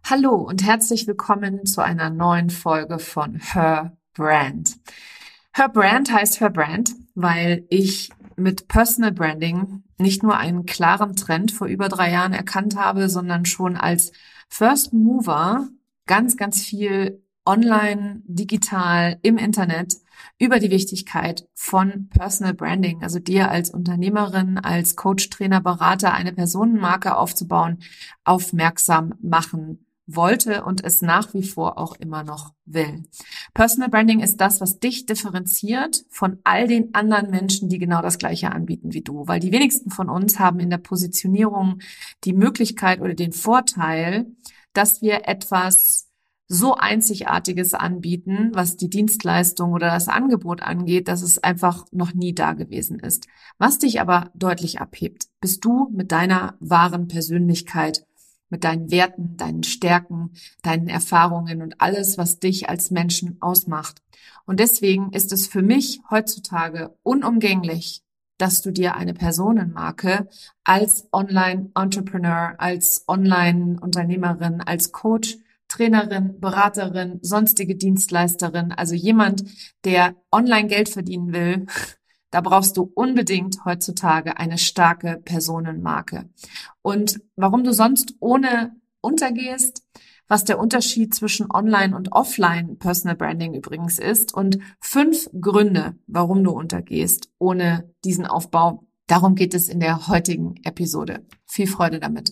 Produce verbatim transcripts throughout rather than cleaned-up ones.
Hallo und herzlich willkommen zu einer neuen Folge von Her Brand. Her Brand heißt Her Brand, weil ich mit Personal Branding nicht nur einen klaren Trend vor über drei Jahren erkannt habe, sondern schon als First Mover ganz, ganz viel online, digital, im Internet über die Wichtigkeit von Personal Branding, also dir als Unternehmerin, als Coach, Trainer, Berater eine Personenmarke aufzubauen, aufmerksam machen wollte und es nach wie vor auch immer noch will. Personal Branding ist das, was dich differenziert von all den anderen Menschen, die genau das Gleiche anbieten wie du, weil die wenigsten von uns haben in der Positionierung die Möglichkeit oder den Vorteil, dass wir etwas so Einzigartiges anbieten, was die Dienstleistung oder das Angebot angeht, dass es einfach noch nie da gewesen ist. Was dich aber deutlich abhebt, bist du mit deiner wahren Persönlichkeit, mit deinen Werten, deinen Stärken, deinen Erfahrungen und alles, was dich als Menschen ausmacht. Und deswegen ist es für mich heutzutage unumgänglich, dass du dir eine Personenmarke als Online-Entrepreneur, als Online-Unternehmerin, als Coach, Trainerin, Beraterin, sonstige Dienstleisterin, also jemand, der online Geld verdienen will, da brauchst du unbedingt heutzutage eine starke Personenmarke. Und warum du sonst ohne untergehst, was der Unterschied zwischen Online- und Offline Personal Branding übrigens ist und fünf Gründe, warum du untergehst ohne diesen Aufbau. Darum geht es in der heutigen Episode. Viel Freude damit.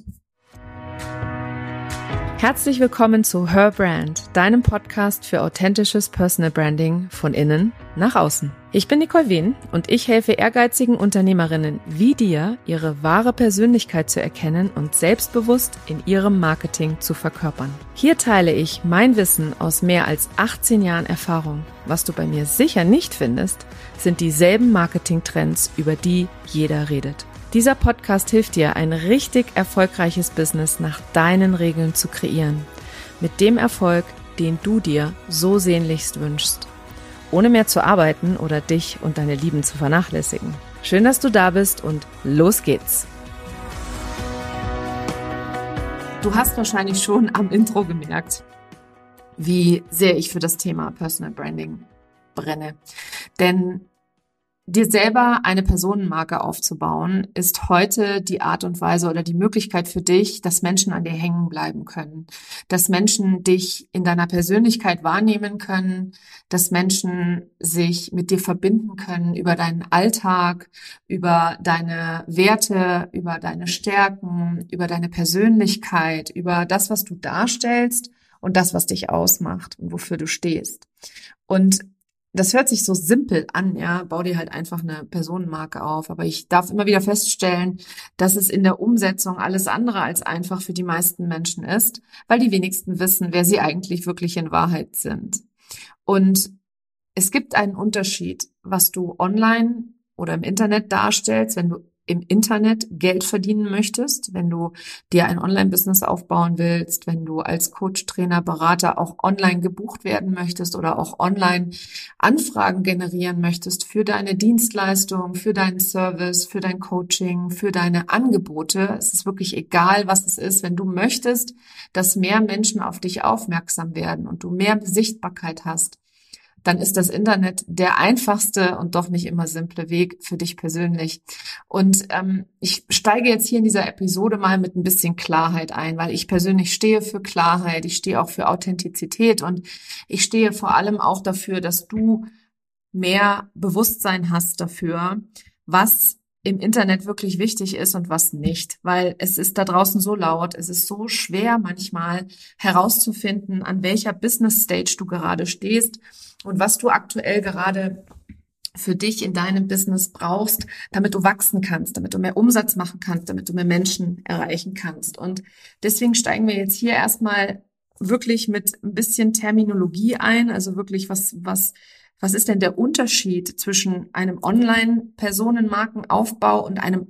Herzlich willkommen zu Her Brand, deinem Podcast für authentisches Personal Branding von innen nach außen. Ich bin Nicole Wehn und ich helfe ehrgeizigen Unternehmerinnen wie dir, ihre wahre Persönlichkeit zu erkennen und selbstbewusst in ihrem Marketing zu verkörpern. Hier teile ich mein Wissen aus mehr als achtzehn Jahren Erfahrung. Was du bei mir sicher nicht findest, sind dieselben Marketingtrends, über die jeder redet. Dieser Podcast hilft dir, ein richtig erfolgreiches Business nach deinen Regeln zu kreieren. Mit dem Erfolg, den du dir so sehnlichst wünschst. Ohne mehr zu arbeiten oder dich und deine Lieben zu vernachlässigen. Schön, dass du da bist und los geht's. Du hast wahrscheinlich schon am Intro gemerkt, wie sehr ich für das Thema Personal Branding brenne. Denn dir selber eine Personenmarke aufzubauen, ist heute die Art und Weise oder die Möglichkeit für dich, dass Menschen an dir hängen bleiben können, dass Menschen dich in deiner Persönlichkeit wahrnehmen können, dass Menschen sich mit dir verbinden können über deinen Alltag, über deine Werte, über deine Stärken, über deine Persönlichkeit, über das, was du darstellst und das, was dich ausmacht und wofür du stehst. Und das hört sich so simpel an, ja, bau dir halt einfach eine Personenmarke auf. Aber ich darf immer wieder feststellen, dass es in der Umsetzung alles andere als einfach für die meisten Menschen ist, weil die wenigsten wissen, wer sie eigentlich wirklich in Wahrheit sind. Und es gibt einen Unterschied, was du online oder im Internet darstellst, wenn du im Internet Geld verdienen möchtest, wenn du dir ein Online-Business aufbauen willst, wenn du als Coach, Trainer, Berater auch online gebucht werden möchtest oder auch online Anfragen generieren möchtest für deine Dienstleistung, für deinen Service, für dein Coaching, für deine Angebote. Es ist wirklich egal, was es ist. Wenn du möchtest, dass mehr Menschen auf dich aufmerksam werden und du mehr Sichtbarkeit hast, dann ist das Internet der einfachste und doch nicht immer simple Weg für dich persönlich. Und ähm, ich steige jetzt hier in dieser Episode mal mit ein bisschen Klarheit ein, weil ich persönlich stehe für Klarheit, ich stehe auch für Authentizität und ich stehe vor allem auch dafür, dass du mehr Bewusstsein hast dafür, was im Internet wirklich wichtig ist und was nicht, weil es ist da draußen so laut, es ist so schwer manchmal herauszufinden, an welcher Business Stage du gerade stehst und was du aktuell gerade für dich in deinem Business brauchst, damit du wachsen kannst, damit du mehr Umsatz machen kannst, damit du mehr Menschen erreichen kannst. Und deswegen steigen wir jetzt hier erstmal wirklich mit ein bisschen Terminologie ein, also wirklich was, was Was ist denn der Unterschied zwischen einem Online-Personenmarkenaufbau und einem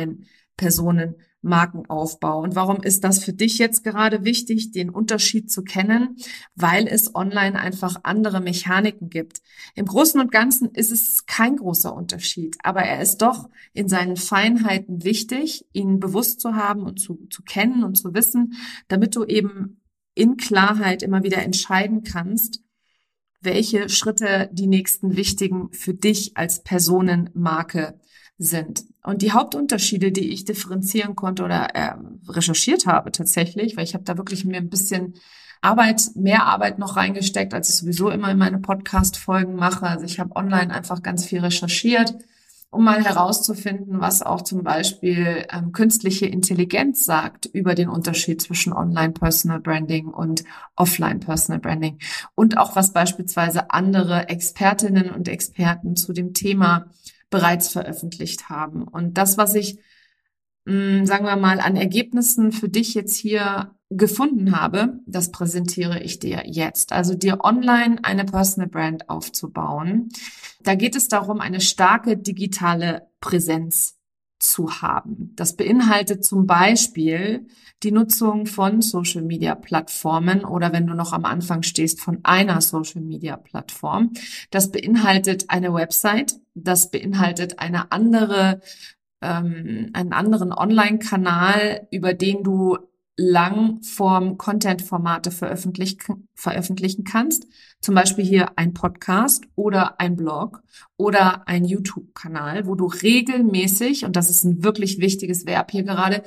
Offline-Personenmarkenaufbau? Und warum ist das für dich jetzt gerade wichtig, den Unterschied zu kennen? Weil es online einfach andere Mechaniken gibt. Im Großen und Ganzen ist es kein großer Unterschied, aber er ist doch in seinen Feinheiten wichtig, ihn bewusst zu haben und zu, zu kennen und zu wissen, damit du eben in Klarheit immer wieder entscheiden kannst, welche Schritte die nächsten wichtigen für dich als Personenmarke sind. Und die Hauptunterschiede, die ich differenzieren konnte oder äh, recherchiert habe tatsächlich, weil ich habe da wirklich mir ein bisschen Arbeit, mehr Arbeit noch reingesteckt, als ich sowieso immer in meine Podcast-Folgen mache. Also ich habe online einfach ganz viel recherchiert, um mal herauszufinden, was auch zum Beispiel ähm, künstliche Intelligenz sagt über den Unterschied zwischen Online-Personal Branding und Offline-Personal Branding und auch was beispielsweise andere Expertinnen und Experten zu dem Thema bereits veröffentlicht haben. Und das, was ich, mh, sagen wir mal, an Ergebnissen für dich jetzt hier gefunden habe, das präsentiere ich dir jetzt. Also dir online eine Personal Brand aufzubauen. Da geht es darum, eine starke digitale Präsenz zu haben. Das beinhaltet zum Beispiel die Nutzung von Social Media Plattformen oder wenn du noch am Anfang stehst, von einer Social Media Plattform. Das beinhaltet eine Website. Das beinhaltet eine andere, ähm, einen anderen Online-Kanal, über den du Langform-Content-Formate veröffentlichen, veröffentlichen kannst. Zum Beispiel hier ein Podcast oder ein Blog oder ein YouTube-Kanal, wo du regelmäßig, und das ist ein wirklich wichtiges Verb hier gerade,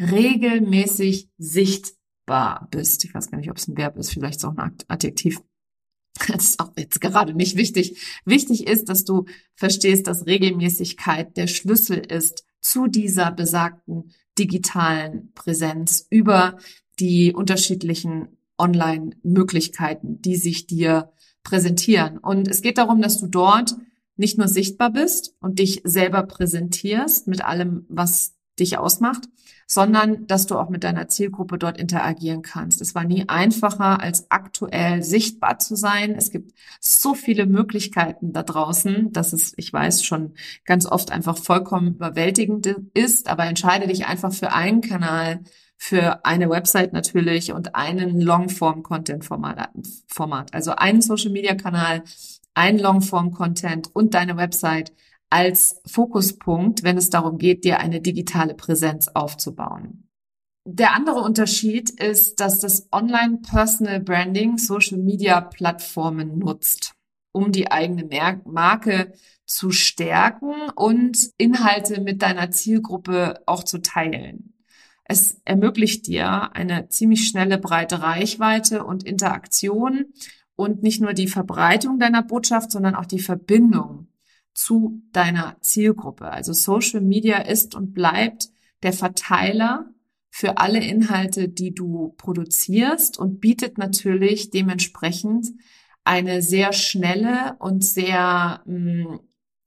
regelmäßig sichtbar bist. Ich weiß gar nicht, ob es ein Verb ist, vielleicht ist es auch ein Adjektiv. Das ist auch jetzt gerade nicht wichtig. Wichtig ist, dass du verstehst, dass Regelmäßigkeit der Schlüssel ist zu dieser besagten digitalen Präsenz über die unterschiedlichen Online-Möglichkeiten, die sich dir präsentieren. Und es geht darum, dass du dort nicht nur sichtbar bist und dich selber präsentierst mit allem, was dich ausmacht, sondern dass du auch mit deiner Zielgruppe dort interagieren kannst. Es war nie einfacher, als aktuell sichtbar zu sein. Es gibt so viele Möglichkeiten da draußen, dass es, ich weiß, schon ganz oft einfach vollkommen überwältigend ist, aber entscheide dich einfach für einen Kanal, für eine Website natürlich und einen Longform-Content-Format, Format. Also einen Social-Media-Kanal, ein Longform-Content und deine Website als Fokuspunkt, wenn es darum geht, dir eine digitale Präsenz aufzubauen. Der andere Unterschied ist, dass das Online-Personal Branding Social-Media-Plattformen nutzt, um die eigene Marke zu stärken und Inhalte mit deiner Zielgruppe auch zu teilen. Es ermöglicht dir eine ziemlich schnelle, breite Reichweite und Interaktion und nicht nur die Verbreitung deiner Botschaft, sondern auch die Verbindung zu deiner Zielgruppe. Also Social Media ist und bleibt der Verteiler für alle Inhalte, die du produzierst und bietet natürlich dementsprechend eine sehr schnelle und sehr mh,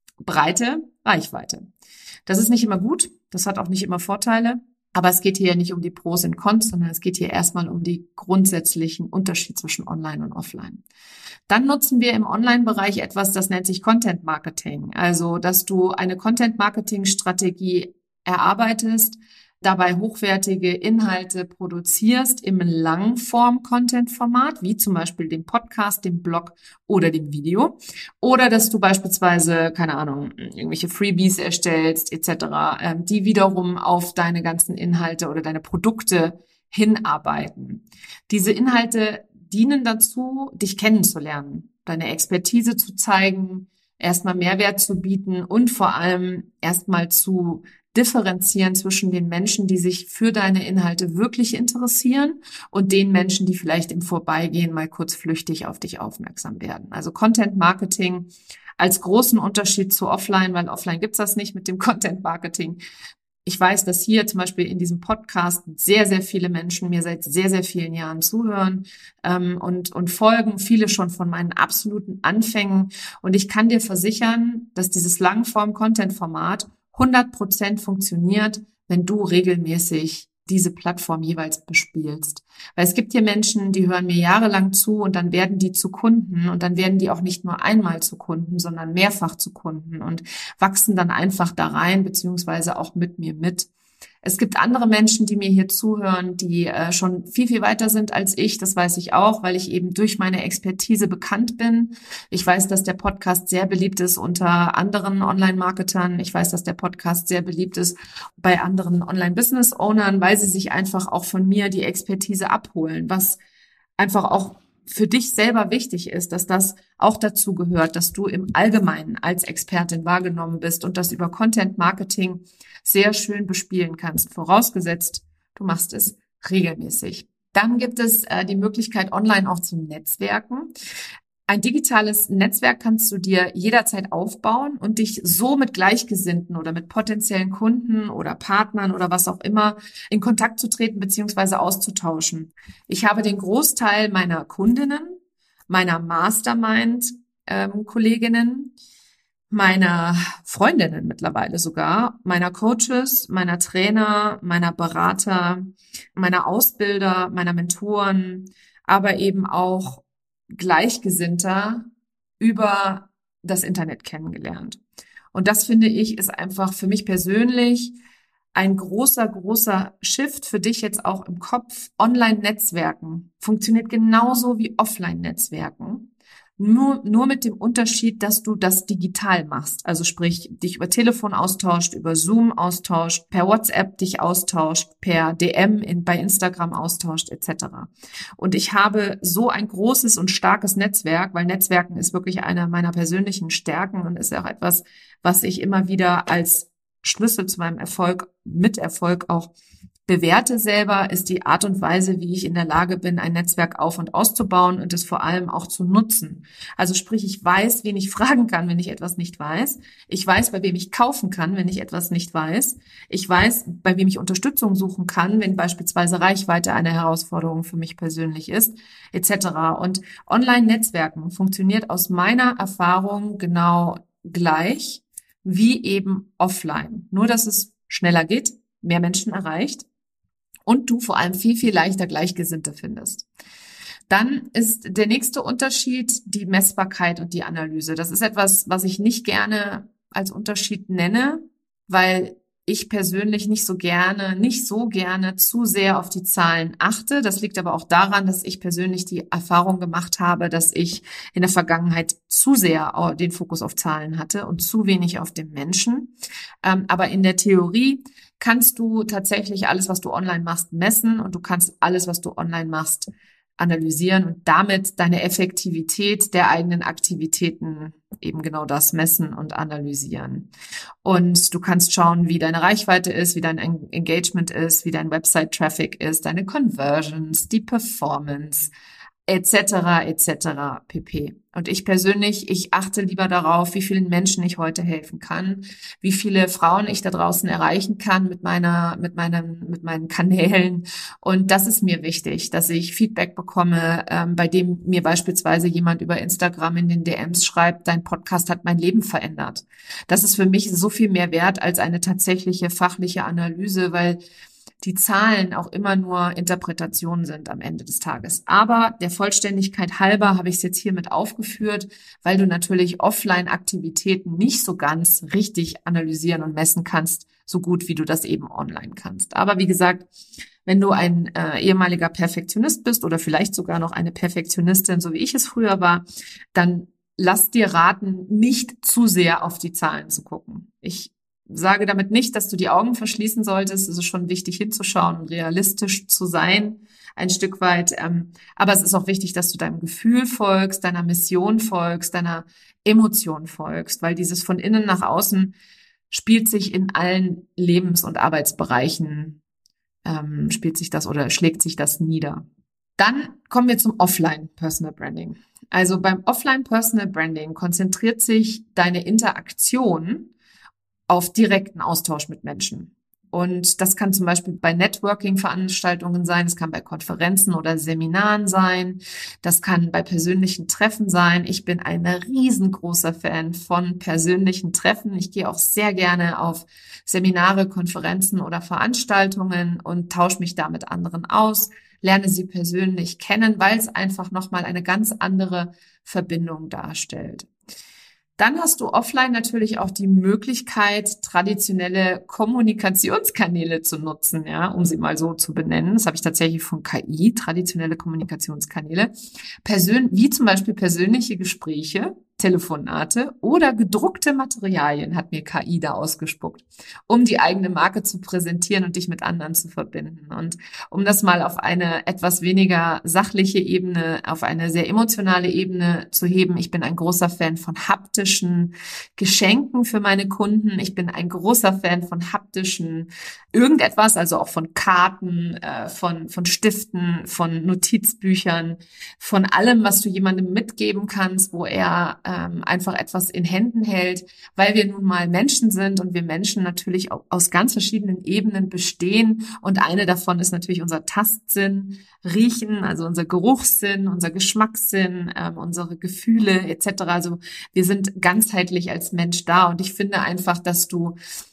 breite Reichweite. Das ist nicht immer gut, das hat auch nicht immer Vorteile, aber es geht hier nicht um die Pros und Cons, sondern es geht hier erstmal um die grundsätzlichen Unterschied zwischen Online und Offline. Dann nutzen wir im Online-Bereich etwas, das nennt sich Content Marketing. Also, dass du eine Content Marketing-Strategie erarbeitest, dabei hochwertige Inhalte produzierst im Langform-Content-Format, wie zum Beispiel dem Podcast, dem Blog oder dem Video. Oder dass du beispielsweise, keine Ahnung, irgendwelche Freebies erstellst et cetera, die wiederum auf deine ganzen Inhalte oder deine Produkte hinarbeiten. Diese Inhalte dienen dazu, dich kennenzulernen, deine Expertise zu zeigen, erstmal Mehrwert zu bieten und vor allem erstmal zu differenzieren zwischen den Menschen, die sich für deine Inhalte wirklich interessieren und den Menschen, die vielleicht im Vorbeigehen mal kurz flüchtig auf dich aufmerksam werden. Also Content Marketing als großen Unterschied zu Offline, weil Offline gibt's das nicht mit dem Content Marketing. Ich weiß, dass hier zum Beispiel in diesem Podcast sehr, sehr viele Menschen mir seit sehr, sehr vielen Jahren zuhören ähm, und, und folgen, viele schon von meinen absoluten Anfängen. Und ich kann dir versichern, dass dieses Langform-Content-Format hundert Prozent funktioniert, wenn du regelmäßig diese Plattform jeweils bespielst. Weil es gibt hier Menschen, die hören mir jahrelang zu und dann werden die zu Kunden und dann werden die auch nicht nur einmal zu Kunden, sondern mehrfach zu Kunden und wachsen dann einfach da rein, beziehungsweise auch mit mir mit. Es gibt andere Menschen, die mir hier zuhören, die äh, schon viel, viel weiter sind als ich. Das weiß ich auch, weil ich eben durch meine Expertise bekannt bin. Ich weiß, dass der Podcast sehr beliebt ist unter anderen Online-Marketern. Ich weiß, dass der Podcast sehr beliebt ist bei anderen Online-Business-Ownern, weil sie sich einfach auch von mir die Expertise abholen. Was einfach auch für dich selber wichtig ist, dass das auch dazu gehört, dass du im Allgemeinen als Expertin wahrgenommen bist und das über Content Marketing sehr schön bespielen kannst, vorausgesetzt, du machst es regelmäßig. Dann gibt es äh, die Möglichkeit, online auch zu netzwerken. Ein digitales Netzwerk kannst du dir jederzeit aufbauen und dich so mit Gleichgesinnten oder mit potenziellen Kunden oder Partnern oder was auch immer in Kontakt zu treten bzw. auszutauschen. Ich habe den Großteil meiner Kundinnen, meiner Mastermind-Kolleginnen, meiner Freundinnen mittlerweile sogar, meiner Coaches, meiner Trainer, meiner Berater, meiner Ausbilder, meiner Mentoren, aber eben auch Gleichgesinnter über das Internet kennengelernt. Und das, finde ich, ist einfach für mich persönlich ein großer, großer Shift für dich jetzt auch im Kopf. Online-Netzwerken funktioniert genauso wie Offline-Netzwerken. Nur, nur mit dem Unterschied, dass du das digital machst. Also sprich, dich über Telefon austauscht, über Zoom austauscht, per WhatsApp dich austauscht, per D M in, bei Instagram austauscht, et cetera. Und ich habe so ein großes und starkes Netzwerk, weil Netzwerken ist wirklich eine meiner persönlichen Stärken und ist auch etwas, was ich immer wieder als Schlüssel zu meinem Erfolg, mit Erfolg auch bewerte selber, ist die Art und Weise, wie ich in der Lage bin, ein Netzwerk auf- und auszubauen und es vor allem auch zu nutzen. Also sprich, ich weiß, wen ich fragen kann, wenn ich etwas nicht weiß. Ich weiß, bei wem ich kaufen kann, wenn ich etwas nicht weiß. Ich weiß, bei wem ich Unterstützung suchen kann, wenn beispielsweise Reichweite eine Herausforderung für mich persönlich ist, et cetera. Und Online-Netzwerken funktioniert aus meiner Erfahrung genau gleich wie eben offline. Nur, dass es schneller geht, mehr Menschen erreicht und du vor allem viel, viel leichter Gleichgesinnte findest. Dann ist der nächste Unterschied die Messbarkeit und die Analyse. Das ist etwas, was ich nicht gerne als Unterschied nenne, weil ich persönlich nicht so gerne, nicht so gerne zu sehr auf die Zahlen achte. Das liegt aber auch daran, dass ich persönlich die Erfahrung gemacht habe, dass ich in der Vergangenheit zu sehr den Fokus auf Zahlen hatte und zu wenig auf den Menschen. Aber in der Theorie kannst du tatsächlich alles, was du online machst, messen und du kannst alles, was du online machst, analysieren und damit deine Effektivität der eigenen Aktivitäten eben genau das messen und analysieren. Und du kannst schauen, wie deine Reichweite ist, wie dein Engagement ist, wie dein Website-Traffic ist, deine Conversions, die Performance, et cetera, et cetera pp. Und ich persönlich, ich achte lieber darauf, wie vielen Menschen ich heute helfen kann, wie viele Frauen ich da draußen erreichen kann mit meiner, mit meinen, mit meinen Kanälen. Und das ist mir wichtig, dass ich Feedback bekomme, ähm, bei dem mir beispielsweise jemand über Instagram in den D Ms schreibt, dein Podcast hat mein Leben verändert. Das ist für mich so viel mehr wert als eine tatsächliche fachliche Analyse, weil die Zahlen auch immer nur Interpretationen sind am Ende des Tages. Aber der Vollständigkeit halber habe ich es jetzt hier mit aufgeführt, weil du natürlich Offline-Aktivitäten nicht so ganz richtig analysieren und messen kannst, so gut wie du das eben online kannst. Aber wie gesagt, wenn du ein äh, ehemaliger Perfektionist bist oder vielleicht sogar noch eine Perfektionistin, so wie ich es früher war, dann lass dir raten, nicht zu sehr auf die Zahlen zu gucken. Ich sage damit nicht, dass du die Augen verschließen solltest. Es ist schon wichtig hinzuschauen und realistisch zu sein, ein Stück weit. Aber es ist auch wichtig, dass du deinem Gefühl folgst, deiner Mission folgst, deiner Emotion folgst, weil dieses von innen nach außen spielt sich in allen Lebens- und Arbeitsbereichen, ähm, spielt sich das oder schlägt sich das nieder. Dann kommen wir zum Offline Personal Branding. Also beim Offline Personal Branding konzentriert sich deine Interaktion auf direkten Austausch mit Menschen. Und das kann zum Beispiel bei Networking-Veranstaltungen sein, es kann bei Konferenzen oder Seminaren sein, das kann bei persönlichen Treffen sein. Ich bin ein riesengroßer Fan von persönlichen Treffen. Ich gehe auch sehr gerne auf Seminare, Konferenzen oder Veranstaltungen und tausche mich da mit anderen aus, lerne sie persönlich kennen, weil es einfach nochmal eine ganz andere Verbindung darstellt. Dann hast du offline natürlich auch die Möglichkeit, traditionelle Kommunikationskanäle zu nutzen, ja, um sie mal so zu benennen. Das habe ich tatsächlich von K I, traditionelle Kommunikationskanäle, Persön- wie zum Beispiel persönliche Gespräche Telefonate oder gedruckte Materialien, hat mir K I da ausgespuckt, um die eigene Marke zu präsentieren und dich mit anderen zu verbinden. Und um das mal auf eine etwas weniger sachliche Ebene, auf eine sehr emotionale Ebene zu heben, ich bin ein großer Fan von haptischen Geschenken für meine Kunden. Ich bin ein großer Fan von haptischen irgendetwas, also auch von Karten, äh, von, von Stiften, von Notizbüchern, von allem, was du jemandem mitgeben kannst, wo er ähm, einfach etwas in Händen hält, weil wir nun mal Menschen sind und wir Menschen natürlich auch aus ganz verschiedenen Ebenen bestehen. Und eine davon ist natürlich unser Tastsinn, Riechen, also unser Geruchssinn, unser Geschmackssinn, ähm, unsere Gefühle et cetera. Also wir sind ganzheitlich als Mensch da. Und ich finde einfach, dass du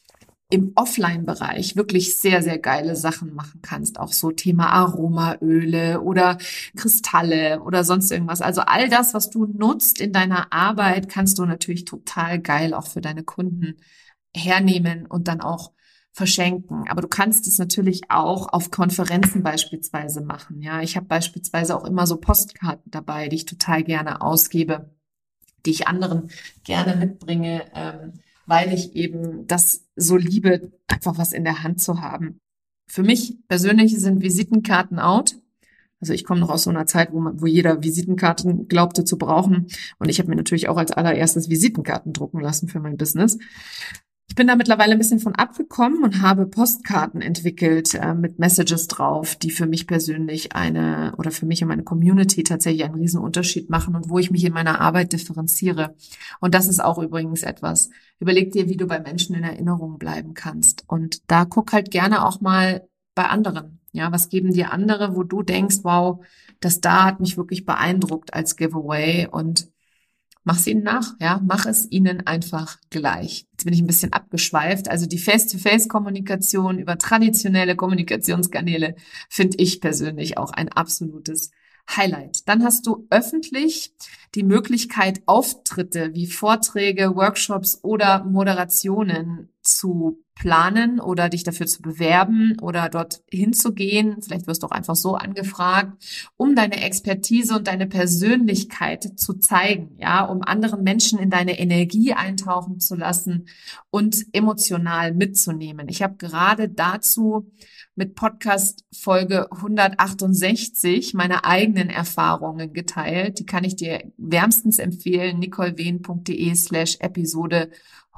im Offline-Bereich wirklich sehr, sehr geile Sachen machen kannst. Auch so Thema Aromaöle oder Kristalle oder sonst irgendwas. Also all das, was du nutzt in deiner Arbeit, kannst du natürlich total geil auch für deine Kunden hernehmen und dann auch verschenken. Aber du kannst es natürlich auch auf Konferenzen beispielsweise machen. Ja, ich habe beispielsweise auch immer so Postkarten dabei, die ich total gerne ausgebe, die ich anderen gerne mitbringe, ähm, weil ich eben das so liebe, einfach was in der Hand zu haben. Für mich persönlich sind Visitenkarten out. Also ich komme noch aus so einer Zeit, wo man, wo jeder Visitenkarten glaubte zu brauchen. Und ich habe mir natürlich auch als allererstes Visitenkarten drucken lassen für mein Business. Ich bin da mittlerweile ein bisschen von abgekommen und habe Postkarten entwickelt äh, mit Messages drauf, die für mich persönlich eine oder für mich und meine Community tatsächlich einen riesen Unterschied machen und wo ich mich in meiner Arbeit differenziere. Und das ist auch übrigens etwas. Überleg dir, wie du bei Menschen in Erinnerung bleiben kannst. Und da guck halt gerne auch mal bei anderen. Ja, was geben dir andere, wo du denkst, wow, das da hat mich wirklich beeindruckt als Giveaway und mach es ihnen nach, ja, mach es ihnen einfach gleich. Jetzt bin ich ein bisschen abgeschweift. Also die Face-to-Face-Kommunikation über traditionelle Kommunikationskanäle finde ich persönlich auch ein absolutes Highlight. Dann hast du öffentlich die Möglichkeit, Auftritte wie Vorträge, Workshops oder Moderationen zu planen oder dich dafür zu bewerben oder dort hinzugehen. Vielleicht wirst du auch einfach so angefragt, um deine Expertise und deine Persönlichkeit zu zeigen, ja, um anderen Menschen in deine Energie eintauchen zu lassen und emotional mitzunehmen. Ich habe gerade dazu mit Podcast Folge hundertachtundsechzig meine eigenen Erfahrungen geteilt. Die kann ich dir wärmstens empfehlen, nicolewehn.de slash Episode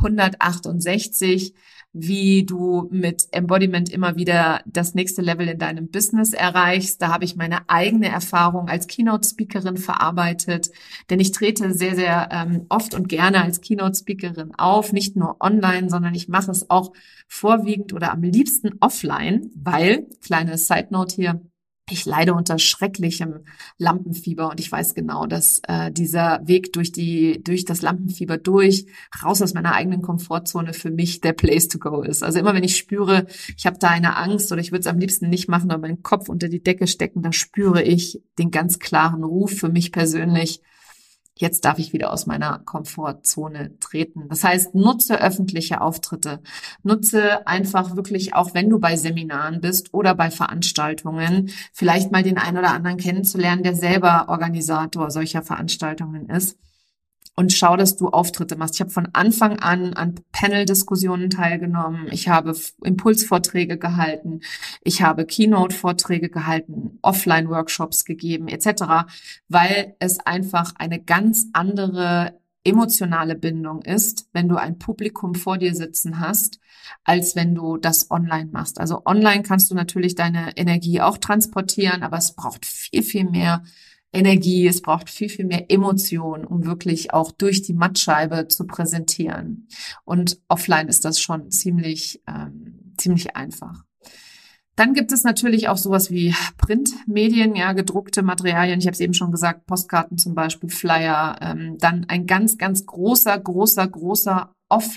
hundertachtundsechzig, wie du mit Embodiment immer wieder das nächste Level in deinem Business erreichst. Da habe ich meine eigene Erfahrung als Keynote-Speakerin verarbeitet, denn ich trete sehr, sehr ähm, oft und gerne als Keynote-Speakerin auf, nicht nur online, sondern ich mache es auch vorwiegend oder am liebsten offline, weil, kleine Side-Note hier, ich leide unter schrecklichem Lampenfieber und ich weiß genau, dass äh, dieser Weg durch die durch das Lampenfieber durch, raus aus meiner eigenen Komfortzone für mich der Place to go ist. Also immer wenn ich spüre, ich habe da eine Angst oder ich würde es am liebsten nicht machen, aber meinen Kopf unter die Decke stecken, dann spüre ich den ganz klaren Ruf für mich persönlich. Jetzt darf ich wieder aus meiner Komfortzone treten. Das heißt, nutze öffentliche Auftritte. Nutze einfach wirklich, auch wenn du bei Seminaren bist oder bei Veranstaltungen, vielleicht mal den einen oder anderen kennenzulernen, der selber Organisator solcher Veranstaltungen ist. Und schau, dass du Auftritte machst. Ich habe von Anfang an an Panel-Diskussionen teilgenommen. Ich habe Impulsvorträge gehalten. Ich habe Keynote-Vorträge gehalten, Offline-Workshops gegeben et cetera, weil es einfach eine ganz andere emotionale Bindung ist, wenn du ein Publikum vor dir sitzen hast, als wenn du das online machst. Also online kannst du natürlich deine Energie auch transportieren, aber es braucht viel, viel mehr Energie, es braucht viel, viel mehr Emotion, um wirklich auch durch die Mattscheibe zu präsentieren. Und offline ist das schon ziemlich, ähm, ziemlich einfach. Dann gibt es natürlich auch sowas wie Printmedien, ja, gedruckte Materialien. Ich habe es eben schon gesagt, Postkarten zum Beispiel, Flyer. Ähm, dann ein ganz, ganz großer, großer, großer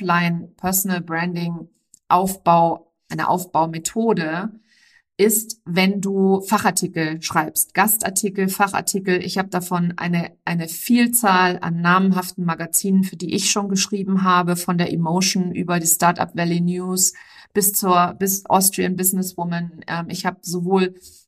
Offline-Personal-Branding-Aufbau, eine Aufbaumethode ist, wenn du Fachartikel schreibst, Gastartikel, Fachartikel. Ich habe davon eine eine Vielzahl an namenhaften Magazinen, für die ich schon geschrieben habe, von der Emotion über die Startup Valley News bis zur bis Austrian Businesswoman. Ähm, ich habe sowohl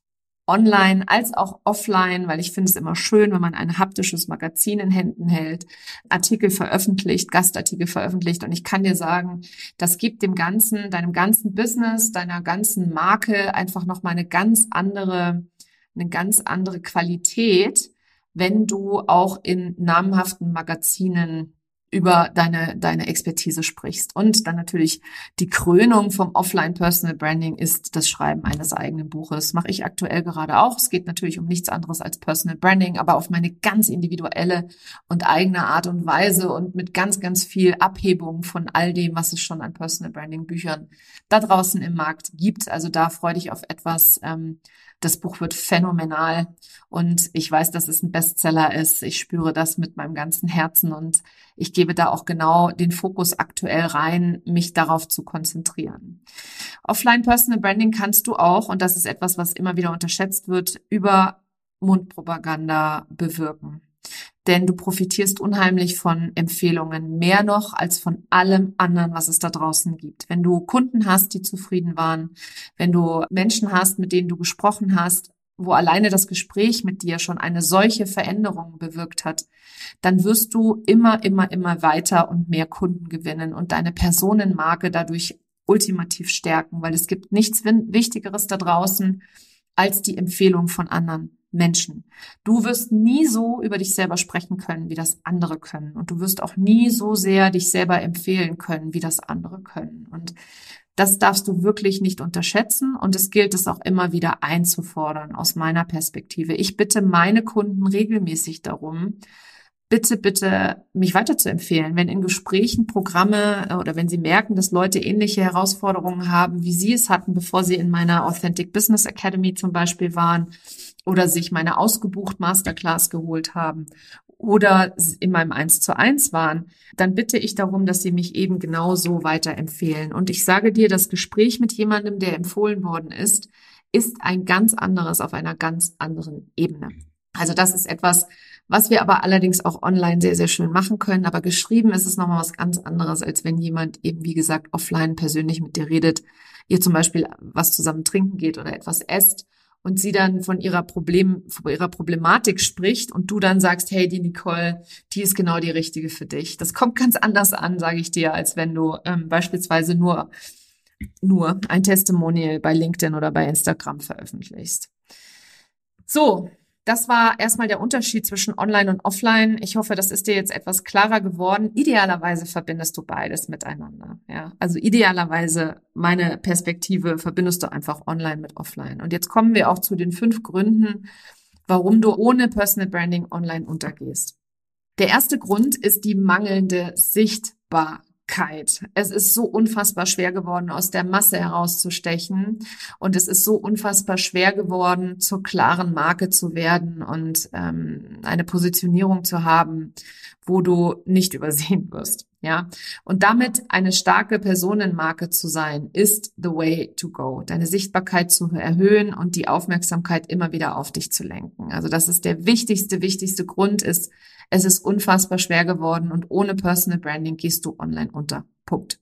online als auch offline, weil ich finde es immer schön, wenn man ein haptisches Magazin in Händen hält, Artikel veröffentlicht, Gastartikel veröffentlicht. Und ich kann dir sagen, das gibt dem ganzen, deinem ganzen Business, deiner ganzen Marke einfach nochmal eine ganz andere, eine ganz andere Qualität, wenn du auch in namhaften Magazinen über deine, deine Expertise sprichst. Und dann natürlich die Krönung vom Offline Personal Branding ist das Schreiben eines eigenen Buches. Mache ich aktuell gerade auch. Es geht natürlich um nichts anderes als Personal Branding, aber auf meine ganz individuelle und eigene Art und Weise und mit ganz, ganz viel Abhebung von all dem, was es schon an Personal Branding Büchern da draußen im Markt gibt. Also da freue dich auf etwas. Ähm, Das Buch wird phänomenal und ich weiß, dass es ein Bestseller ist. Ich spüre das mit meinem ganzen Herzen und ich gebe da auch genau den Fokus aktuell rein, mich darauf zu konzentrieren. Offline Personal Branding kannst du auch, und das ist etwas, was immer wieder unterschätzt wird, über Mundpropaganda bewirken. Denn du profitierst unheimlich von Empfehlungen, mehr noch als von allem anderen, was es da draußen gibt. Wenn du Kunden hast, die zufrieden waren, wenn du Menschen hast, mit denen du gesprochen hast, wo alleine das Gespräch mit dir schon eine solche Veränderung bewirkt hat, dann wirst du immer, immer, immer weiter und mehr Kunden gewinnen und deine Personenmarke dadurch ultimativ stärken, weil es gibt nichts Wichtigeres da draußen als die Empfehlung von anderen Menschen. Du wirst nie so über dich selber sprechen können, wie das andere können. Und du wirst auch nie so sehr dich selber empfehlen können, wie das andere können. Und das darfst du wirklich nicht unterschätzen. Und es gilt es auch immer wieder einzufordern aus meiner Perspektive. Ich bitte meine Kunden regelmäßig darum, bitte, bitte mich weiterzuempfehlen. Wenn in Gesprächen Programme oder wenn sie merken, dass Leute ähnliche Herausforderungen haben, wie sie es hatten, bevor sie in meiner Authentic Business Academy zum Beispiel waren, oder sich meine ausgebucht Masterclass geholt haben oder in meinem eins zu eins waren, dann bitte ich darum, dass sie mich eben genauso weiterempfehlen. Und ich sage dir, das Gespräch mit jemandem, der empfohlen worden ist, ist ein ganz anderes auf einer ganz anderen Ebene. Also das ist etwas, was wir aber allerdings auch online sehr, sehr schön machen können. Aber geschrieben ist es nochmal was ganz anderes, als wenn jemand eben, wie gesagt, offline persönlich mit dir redet, ihr zum Beispiel was zusammen trinken geht oder etwas esst, und sie dann von ihrer Problem, von ihrer Problematik spricht und du dann sagst, hey, die Nicole, die ist genau die richtige für dich. Das kommt ganz anders an, sage ich dir, als wenn du ähm, beispielsweise nur, nur ein Testimonial bei LinkedIn oder bei Instagram veröffentlichst. So, das war erstmal der Unterschied zwischen Online und Offline. Ich hoffe, das ist dir jetzt etwas klarer geworden. Idealerweise verbindest du beides miteinander. Ja, also idealerweise, meine Perspektive, verbindest du einfach Online mit Offline. Und jetzt kommen wir auch zu den fünf Gründen, warum du ohne Personal Branding online untergehst. Der erste Grund ist die mangelnde Sichtbarkeit. Es ist so unfassbar schwer geworden, aus der Masse herauszustechen. Und es ist so unfassbar schwer geworden, zur klaren Marke zu werden und ähm, eine Positionierung zu haben, wo du nicht übersehen wirst. Ja, und damit eine starke Personenmarke zu sein, ist the way to go. Deine Sichtbarkeit zu erhöhen und die Aufmerksamkeit immer wieder auf dich zu lenken. Also das ist der wichtigste, wichtigste Grund ist, es ist unfassbar schwer geworden und ohne Personal Branding gehst du online unter. Punkt.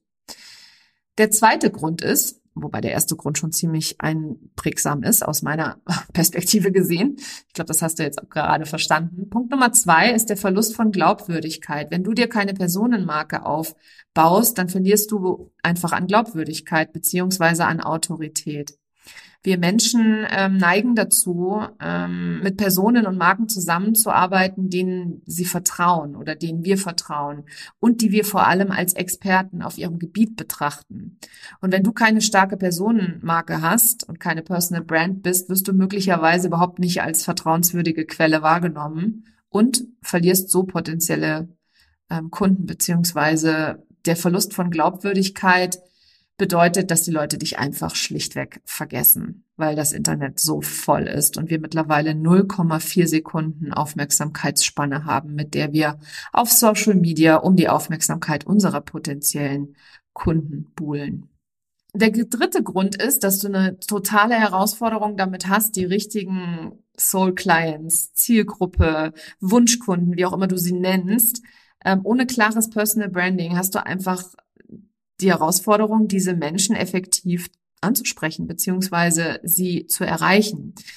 Der zweite Grund ist, wobei der erste Grund schon ziemlich einprägsam ist, aus meiner Perspektive gesehen. Ich glaube, das hast du jetzt auch gerade verstanden. Punkt Nummer zwei ist der Verlust von Glaubwürdigkeit. Wenn du dir keine Personenmarke aufbaust, dann verlierst du einfach an Glaubwürdigkeit beziehungsweise an Autorität. Wir Menschen ähm, neigen dazu, ähm, mit Personen und Marken zusammenzuarbeiten, denen sie vertrauen oder denen wir vertrauen und die wir vor allem als Experten auf ihrem Gebiet betrachten. Und wenn du keine starke Personenmarke hast und keine Personal Brand bist, wirst du möglicherweise überhaupt nicht als vertrauenswürdige Quelle wahrgenommen und verlierst so potenzielle ähm, Kunden, beziehungsweise der Verlust von Glaubwürdigkeit bedeutet, dass die Leute dich einfach schlichtweg vergessen, weil das Internet so voll ist und wir mittlerweile null Komma vier Sekunden Aufmerksamkeitsspanne haben, mit der wir auf Social Media um die Aufmerksamkeit unserer potenziellen Kunden buhlen. Der dritte Grund ist, dass du eine totale Herausforderung damit hast, die richtigen Soul Clients, Zielgruppe, Wunschkunden, wie auch immer du sie nennst, ähm, ohne klares Personal Branding hast du einfach die Herausforderung, diese Menschen effektiv anzusprechen, beziehungsweise sie zu erreichen.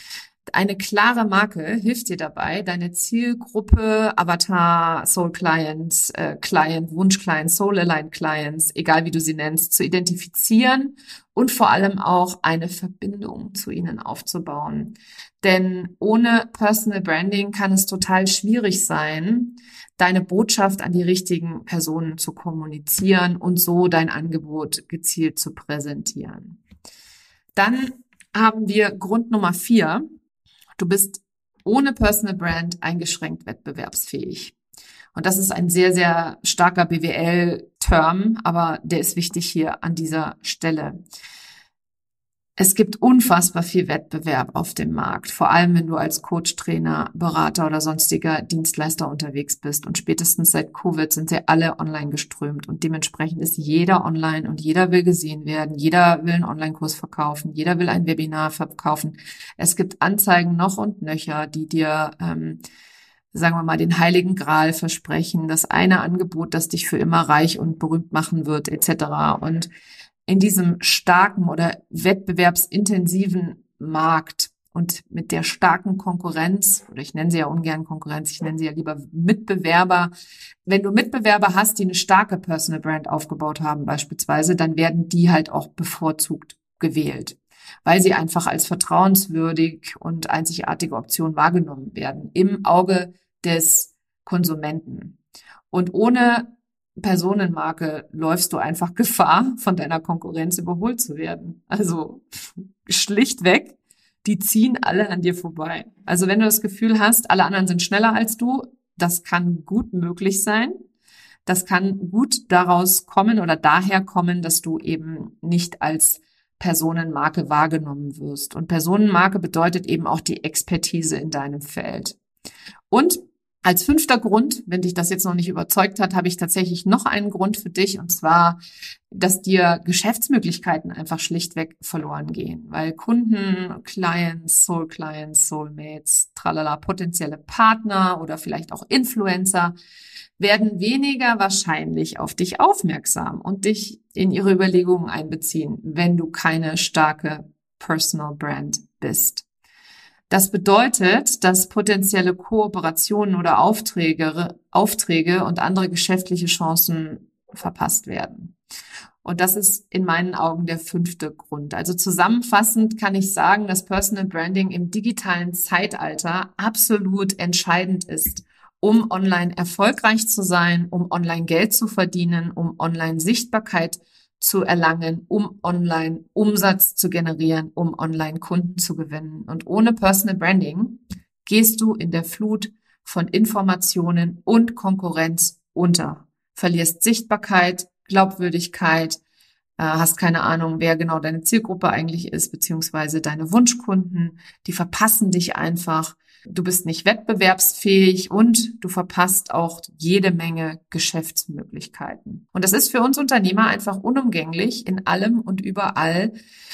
Eine klare Marke hilft dir dabei, deine Zielgruppe, Avatar, Soul Clients, äh, Client, Wunsch-Clients, Soul-Aligned Clients, egal wie du sie nennst, zu identifizieren und vor allem auch eine Verbindung zu ihnen aufzubauen. Denn ohne Personal Branding kann es total schwierig sein, deine Botschaft an die richtigen Personen zu kommunizieren und so dein Angebot gezielt zu präsentieren. Dann haben wir Grund Nummer vier. Du bist ohne Personal Brand eingeschränkt wettbewerbsfähig. Und das ist ein sehr, sehr starker B W L-Term, aber der ist wichtig hier an dieser Stelle. Es gibt unfassbar viel Wettbewerb auf dem Markt, vor allem wenn du als Coach, Trainer, Berater oder sonstiger Dienstleister unterwegs bist. Und spätestens seit Covid sind sie alle online geströmt und dementsprechend ist jeder online und jeder will gesehen werden. Jeder will einen Online-Kurs verkaufen, jeder will ein Webinar verkaufen. Es gibt Anzeigen noch und nöcher, die dir, ähm, sagen wir mal, den heiligen Gral versprechen, das eine Angebot, das dich für immer reich und berühmt machen wird, et cetera. Und in diesem starken oder wettbewerbsintensiven Markt und mit der starken Konkurrenz, oder ich nenne sie ja ungern Konkurrenz, ich nenne sie ja lieber Mitbewerber. Wenn du Mitbewerber hast, die eine starke Personal Brand aufgebaut haben beispielsweise, dann werden die halt auch bevorzugt gewählt, weil sie einfach als vertrauenswürdig und einzigartige Option wahrgenommen werden im Auge des Konsumenten. Und ohne Personenmarke läufst du einfach Gefahr, von deiner Konkurrenz überholt zu werden. Also schlichtweg, die ziehen alle an dir vorbei. Also wenn du das Gefühl hast, alle anderen sind schneller als du, das kann gut möglich sein. Das kann gut daraus kommen oder daher kommen, dass du eben nicht als Personenmarke wahrgenommen wirst. Und Personenmarke bedeutet eben auch die Expertise in deinem Feld. Und als fünfter Grund, wenn dich das jetzt noch nicht überzeugt hat, habe ich tatsächlich noch einen Grund für dich, und zwar, dass dir Geschäftsmöglichkeiten einfach schlichtweg verloren gehen, weil Kunden, Clients, Soul Clients, Soulmates, tralala, potenzielle Partner oder vielleicht auch Influencer werden weniger wahrscheinlich auf dich aufmerksam und dich in ihre Überlegungen einbeziehen, wenn du keine starke Personal Brand bist. Das bedeutet, dass potenzielle Kooperationen oder Aufträge, Aufträge und andere geschäftliche Chancen verpasst werden. Und das ist in meinen Augen der fünfte Grund. Also zusammenfassend kann ich sagen, dass Personal Branding im digitalen Zeitalter absolut entscheidend ist, um online erfolgreich zu sein, um online Geld zu verdienen, um online Sichtbarkeit zu erlangen, um online Umsatz zu generieren, um online Kunden zu gewinnen. Und ohne Personal Branding gehst du in der Flut von Informationen und Konkurrenz unter, verlierst Sichtbarkeit, Glaubwürdigkeit, hast keine Ahnung, wer genau deine Zielgruppe eigentlich ist, beziehungsweise deine Wunschkunden, die verpassen dich einfach. Du bist nicht wettbewerbsfähig und du verpasst auch jede Menge Geschäftsmöglichkeiten. Und das ist für uns Unternehmer einfach unumgänglich, in allem und überall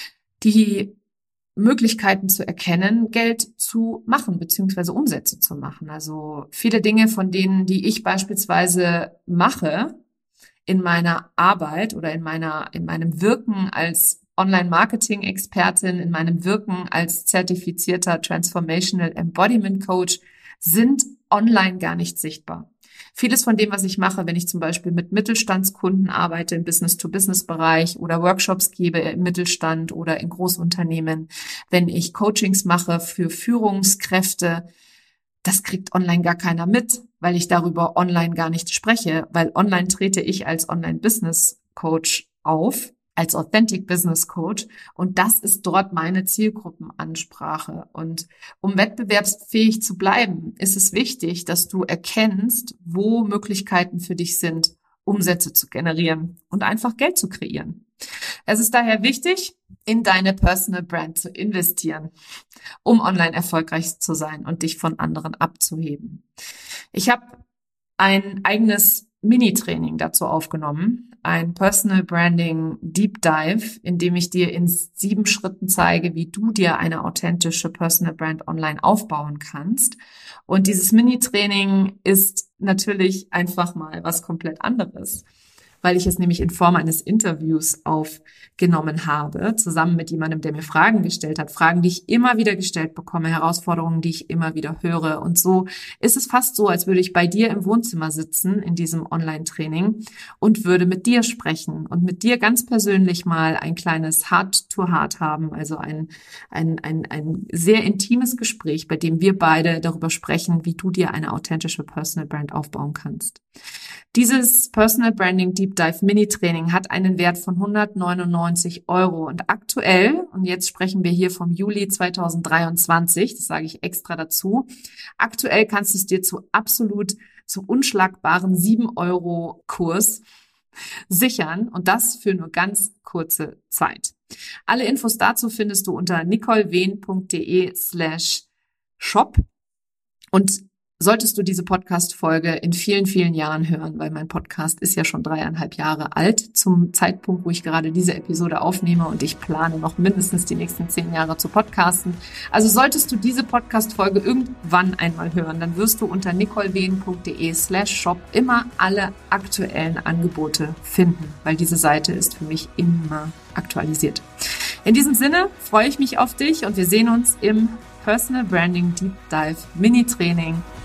die Möglichkeiten zu erkennen, Geld zu machen, beziehungsweise Umsätze zu machen. Also viele Dinge von denen, die ich beispielsweise mache in meiner Arbeit oder in meiner, in meinem Wirken als Online-Marketing-Expertin, in meinem Wirken als zertifizierter Transformational Embodiment Coach sind online gar nicht sichtbar. Vieles von dem, was ich mache, wenn ich zum Beispiel mit Mittelstandskunden arbeite im Business-to-Business-Bereich oder Workshops gebe im Mittelstand oder in Großunternehmen, wenn ich Coachings mache für Führungskräfte, das kriegt online gar keiner mit, weil ich darüber online gar nicht spreche, weil online trete ich als Online-Business-Coach auf, als Authentic Business Coach. Und das ist dort meine Zielgruppenansprache. Und um wettbewerbsfähig zu bleiben, ist es wichtig, dass du erkennst, wo Möglichkeiten für dich sind, Umsätze zu generieren und einfach Geld zu kreieren. Es ist daher wichtig, in deine Personal Brand zu investieren, um online erfolgreich zu sein und dich von anderen abzuheben. Ich habe ein eigenes Mini-Training dazu aufgenommen, ein Personal Branding Deep Dive, in dem ich dir in sieben Schritten zeige, wie du dir eine authentische Personal Brand online aufbauen kannst. Und dieses Mini-Training ist natürlich einfach mal was komplett anderes. weil ich es nämlich in Form eines Interviews aufgenommen habe, zusammen mit jemandem, der mir Fragen gestellt hat, Fragen, die ich immer wieder gestellt bekomme, Herausforderungen, die ich immer wieder höre. Und so ist es fast so, als würde ich bei dir im Wohnzimmer sitzen in diesem Online-Training und würde mit dir sprechen und mit dir ganz persönlich mal ein kleines Heart-to-Heart haben, also ein, ein, ein, ein sehr intimes Gespräch, bei dem wir beide darüber sprechen, wie du dir eine authentische Personal Brand aufbauen kannst. Dieses Personal Branding Deep Dive Mini Training hat einen Wert von hundertneunundneunzig Euro und aktuell, und jetzt sprechen wir hier vom Juli zweitausenddreiundzwanzig, das sage ich extra dazu, aktuell kannst du es dir zu absolut, zu unschlagbaren sieben Euro Kurs sichern und das für nur ganz kurze Zeit. Alle Infos dazu findest du unter nicolewehn.de slash shop und solltest du diese Podcast-Folge in vielen, vielen Jahren hören, weil mein Podcast ist ja schon dreieinhalb Jahre alt zum Zeitpunkt, wo ich gerade diese Episode aufnehme und ich plane noch mindestens die nächsten zehn Jahre zu podcasten. Also solltest du diese Podcast-Folge irgendwann einmal hören, dann wirst du unter nicolewehn.de slash shop immer alle aktuellen Angebote finden, weil diese Seite ist für mich immer aktualisiert. In diesem Sinne freue ich mich auf dich und wir sehen uns im Personal Branding Deep Dive Mini Training